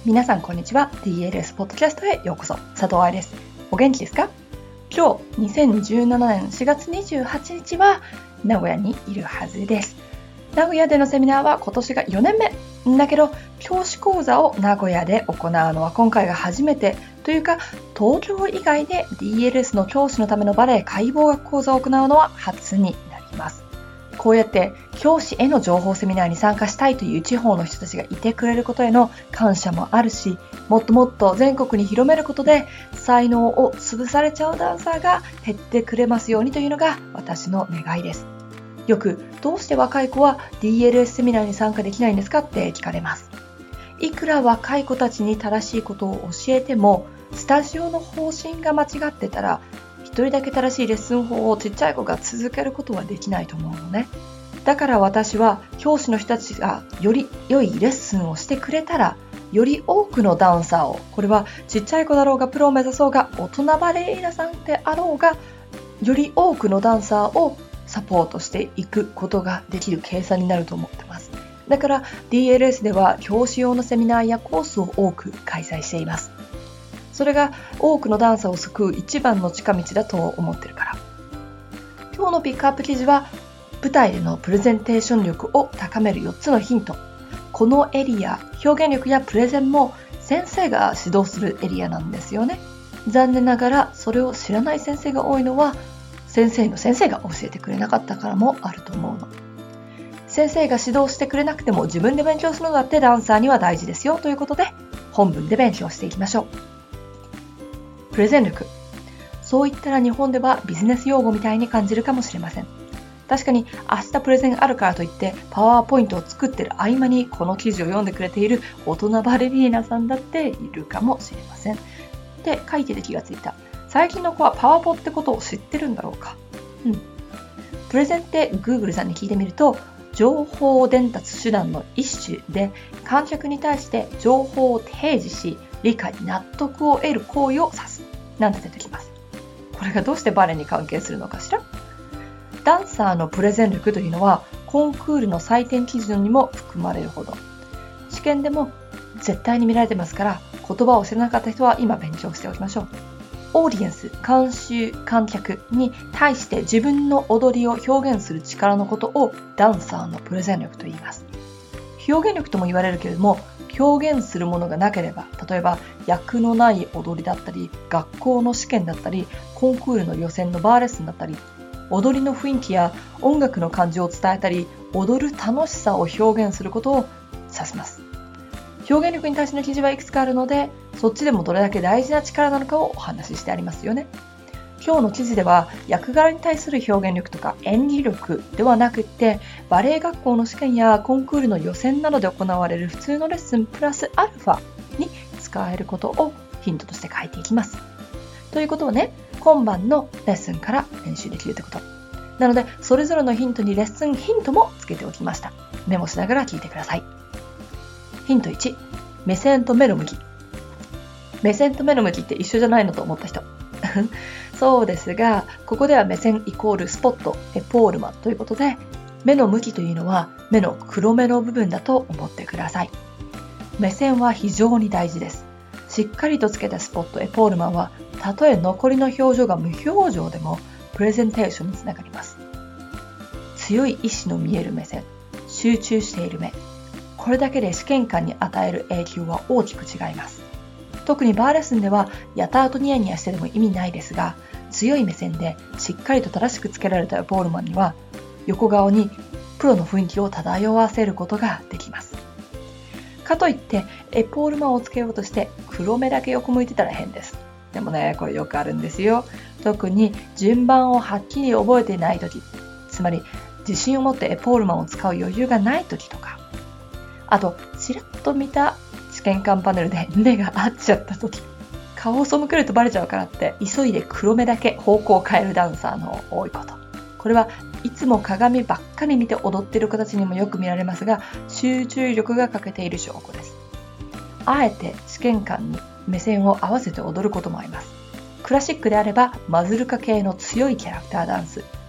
皆さんこんにちは。 DLS ポッドキャストへようこそ。佐藤愛です。お元気ですか？今日2017年4月28日は名古屋にいるはずです。名古屋でのセミナーは今年が4年目だけど、教師講座を名古屋で行うのは今回が初めてというか、東京以外で DLS の教師のためのバレエ解剖学講座を行うのは初になります。こうやって教師への情報セミナーに参加したいという地方の人たちがいてくれることへの感謝もあるし、もっともっと全国に広めることで才能を潰されちゃうダンサーが減ってくれますようにというのが私の願いです。よくどうして若い子は DLS セミナーに参加できないんですかって聞かれます。いくら若い子たちに正しいことを教えても、スタジオの方針が間違ってたら一人だけ正しいレッスン法をちっちゃい子が続けることはできないと思うのね。だから私は教師の人たちがより良いレッスンをしてくれたら、より多くのダンサーを、これはちっちゃい子だろうがプロを目指そうが大人バレリーナさんであろうが、より多くのダンサーをサポートしていくことができる計算になると思ってます。だから DLS では教師用のセミナーやコースを多く開催しています。それが多くのダンサーを救う一番の近道だと思ってるから。今日のピックアップ記事は、舞台でのプレゼンテーション力を高める4つのヒント。このエリア、表現力やプレゼンも先生が指導するエリアなんですよね。残念ながらそれを知らない先生が多いのは、先生の先生が教えてくれなかったからもあると思うの。先生が指導してくれなくても自分で勉強するのだってダンサーには大事ですよということで、本文で勉強していきましょう。プレゼン力。そう言ったら日本ではビジネス用語みたいに感じるかもしれません。確かに明日プレゼンあるからといってパワーポイントを作ってる合間にこの記事を読んでくれている大人バレリーナさんだっているかもしれません。で、書いてて気がついた。最近の子はパワポってことを知ってるんだろうか。プレゼンって Google さんに聞いてみると、情報伝達手段の一種で、観客に対して情報を提示し理解納得を得る行為を指すなんて出てきます。これがどうしてバレエに関係するのかしら。ダンサーのプレゼン力というのはコンクールの採点基準にも含まれるほど、試験でも絶対に見られてますから、言葉を知らなかった人は今勉強しておきましょう。オーディエンス、観衆、観客に対して自分の踊りを表現する力のことをダンサーのプレゼン力と言います。表現力とも言われるけれども、表現するものがなければ、例えば役のない踊りだったり、学校の試験だったり、コンクールの予選のバーレッスンだったり、踊りの雰囲気や音楽の感じを伝えたり、踊る楽しさを表現することを指します。表現力に対しての記事はいくつかあるので、そっちでもどれだけ大事な力なのかをお話ししてありますよね。今日の記事では役柄に対する表現力とか演技力ではなくって、バレエ学校の試験やコンクールの予選などで行われる普通のレッスンプラスアルファに使えることをヒントとして書いていきます。ということはね、今晩のレッスンから練習できるってことなので、それぞれのヒントにレッスンヒントもつけておきました。メモしながら聞いてください。ヒント1、目線と目の向き。目線と目の向きって一緒じゃないのと思った人そうですが、ここでは目線イコールスポット、エポールマということで、目の向きというのは目の黒目の部分だと思ってください。目線は非常に大事です。しっかりとつけたスポット、エポールマンは、たとえ残りの表情が無表情でもプレゼンテーションにつながります。強い意志の見える目線、集中している目、これだけで試験官に与える影響は大きく違います。特にバーレッスンではやたらとニヤニヤしてでも意味ないですが、強い目線でしっかりと正しくつけられたエポールマンには、横顔にプロの雰囲気を漂わせることができます。かといってエポールマンをつけようとして黒目だけ横向いてたら変です。でもね、これよくあるんですよ。特に順番をはっきり覚えていないとき、つまり自信を持ってエポールマンを使う余裕がないときとか、あとちらっと見た試験官パネルで目が合っちゃったとき、顔を背けるとバレちゃうからって急いで黒目だけ方向を変えるダンサーの多いこと。これはいつも鏡ばっかり見て踊っている子たちにもよく見られますが、集中力が欠けている証拠です。あえて試験官に目線を合わせて踊ることもあります。クラシックであればマズルカ系の強いキャラクターダンス、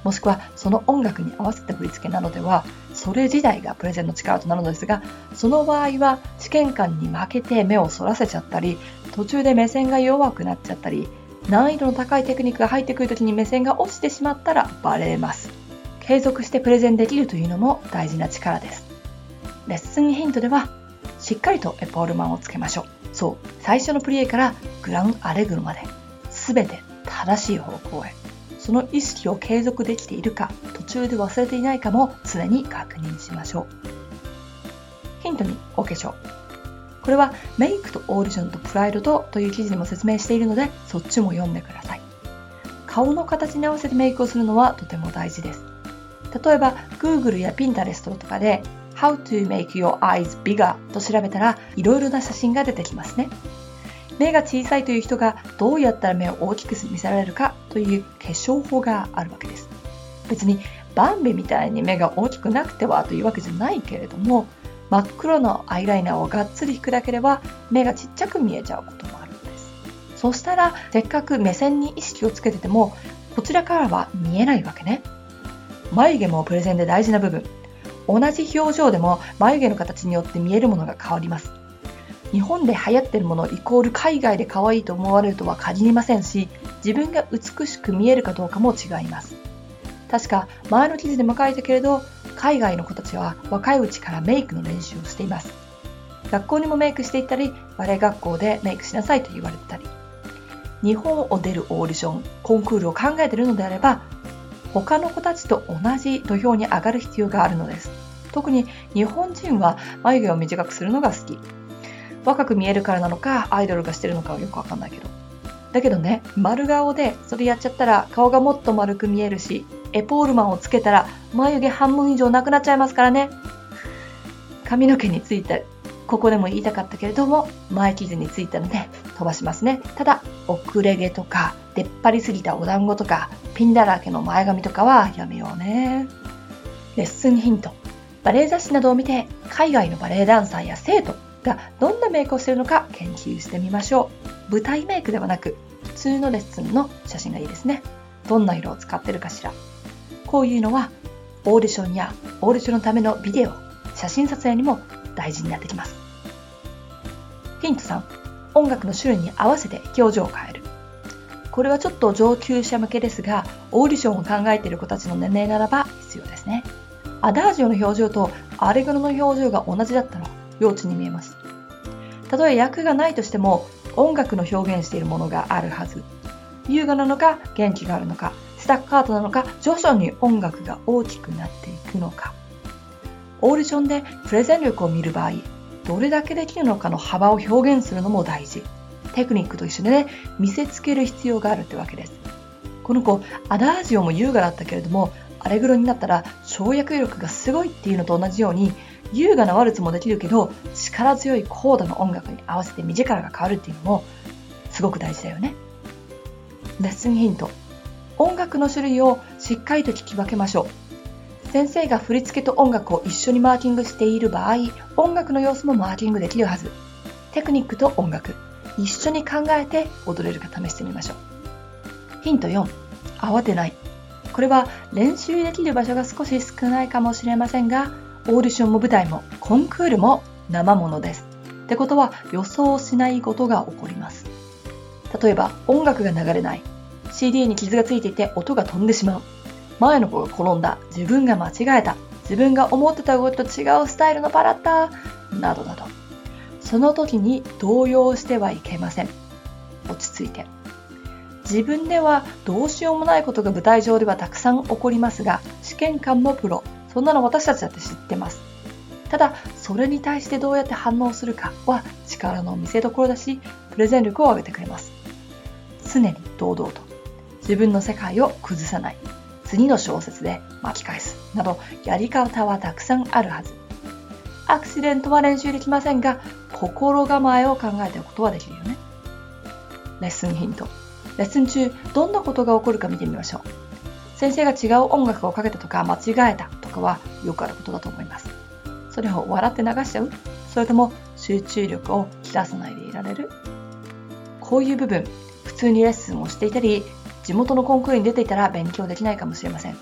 もしくはその音楽に合わせた振り付けなのでは、それ自体がプレゼンの力となるのですが、その場合は試験官に負けて目をそらせちゃったり、途中で目線が弱くなっちゃったり、難易度の高いテクニックが入ってくるときに目線が落ちてしまったらバレます。継続してプレゼンできるというのも大事な力です。レッスンヒントでは、しっかりとエポールマンをつけましょう。そう、最初のプリエからグランアレグロまで、すべて正しい方向へ。その意識を継続できているか、途中で忘れていないかも常に確認しましょう。ヒント2、お化粧。これはメイクとオーディションとプライドという記事にも説明しているので、そっちも読んでください。顔の形に合わせてメイクをするのはとても大事です。例えば Google や Pinterest とかで How to make your eyes bigger と調べたらいろいろな写真が出てきますね。目が小さいという人がどうやったら目を大きく見せられるかという化粧法があるわけです。別にバンビみたいに目が大きくなくてはというわけじゃないけれども、真っ黒のアイライナーをがっつり引くだけでは目がちっちゃく見えちゃうこともあるんです。そしたらせっかく目線に意識をつけててもこちらからは見えないわけね。眉毛もプレゼンで大事な部分。同じ表情でも眉毛の形によって見えるものが変わります。日本で流行っているものイコール海外で可愛いと思われるとは限りませんし、自分が美しく見えるかどうかも違います。確か前の記事でも書いたけれど、海外の子たちは若いうちからメイクの練習をしています。学校にもメイクしていったり、バレエ学校でメイクしなさいと言われてたり、日本を出るオーディション、コンクールを考えているのであれば、他の子たちと同じ土俵に上がる必要があるのです。特に日本人は眉毛を短くするのが好き。若く見えるからなのか、アイドルがしてるのかはよくわかんないけど。だけどね、丸顔でそれやっちゃったら顔がもっと丸く見えるし、エポールマンをつけたら眉毛半分以上なくなっちゃいますからね。髪の毛について、ここでも言いたかったけれども、前記事についたので飛ばしますね。ただ、遅れ毛とか、出っ張りすぎたお団子とか、ピンだらけの前髪とかはやめようね。レッスンヒント。バレエ雑誌などを見て、海外のバレエダンサーや生徒がどんなメイクをしているのか研究してみましょう。舞台メイクではなく、普通のレッスンの写真がいいですね。どんな色を使ってるかしら。こういうのは、オーディションやオーディションのためのビデオ、写真撮影にも大事になってきます。ヒント3、音楽の種類に合わせて表情を変える。これはちょっと上級者向けですが、オーディションを考えている子たちの年齢ならば必要ですね。アダージオの表情とアレグロの表情が同じだったら幼稚に見えます。たとえ役がないとしても音楽の表現しているものがあるはず。優雅なのか元気があるのか、スタッカートなのか、徐々に音楽が大きくなっていくのか。オーディションでプレゼン力を見る場合、どれだけできるのかの幅を表現するのも大事。テクニックと一緒でね、見せつける必要があるってわけです。この子、アダージオも優雅だったけれども、アレグロになったら跳躍力がすごいっていうのと同じように、優雅なワルツもできるけど、力強い高度の音楽に合わせて目力が変わるっていうのもすごく大事だよね。レッスンヒント。音楽の種類をしっかりと聞き分けましょう。先生が振り付けと音楽を一緒にマーキングしている場合、音楽の様子もマーキングできるはず。テクニックと音楽、一緒に考えて踊れるか試してみましょう。ヒント4、慌てない。これは練習できる場所が少し少ないかもしれませんが、オーディションも舞台もコンクールも生ものです。ってことは予想しないことが起こります。例えば音楽が流れない、CD に傷がついていて音が飛んでしまう、前の子が転んだ、自分が間違えた、自分が思ってた動きと違うスタイルのパラッタなどなど、その時に動揺してはいけません。落ち着いて。自分ではどうしようもないことが舞台上ではたくさん起こりますが、試験官もプロ、そんなの私たちだって知ってます。ただ、それに対してどうやって反応するかは力の見せ所だし、プレゼン力を上げてくれます。常に堂々と、自分の世界を崩さない、次の小説で巻き返すなど、やり方はたくさんあるはず。アクシデントは練習できませんが、心構えを考えておくことはできるよね。レッスンヒント。レッスン中、どんなことが起こるか見てみましょう。先生が違う音楽をかけたとか間違えたとかはよくあることだと思います。それを笑って流しちゃう？それとも集中力を切らさないでいられる？こういう部分、普通にレッスンをしていたり、地元のコンクールに出ていたら勉強できないかもしれません。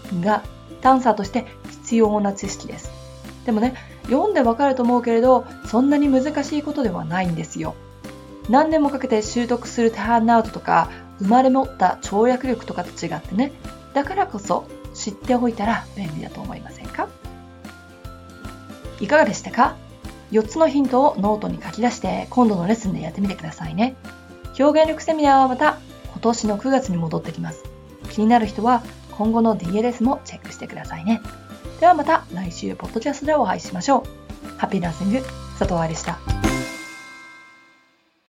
がダンサーとして必要な知識です。でもね、読んでわかると思うけれど、そんなに難しいことではないんですよ。何年もかけて習得するターンアウトとか、生まれ持った跳躍力とかと違ってね、だからこそ知っておいたら便利だと思いませんか？いかがでしたか？4つのヒントをノートに書き出して今度のレッスンでやってみてくださいね。表現力セミナーはまた今年の9月に戻ってきます。気になる人は今後の DLS もチェックしてくださいね。ではまた来週ポッドキャストでお会いしましょう。ハッピーランシング、佐藤愛でした。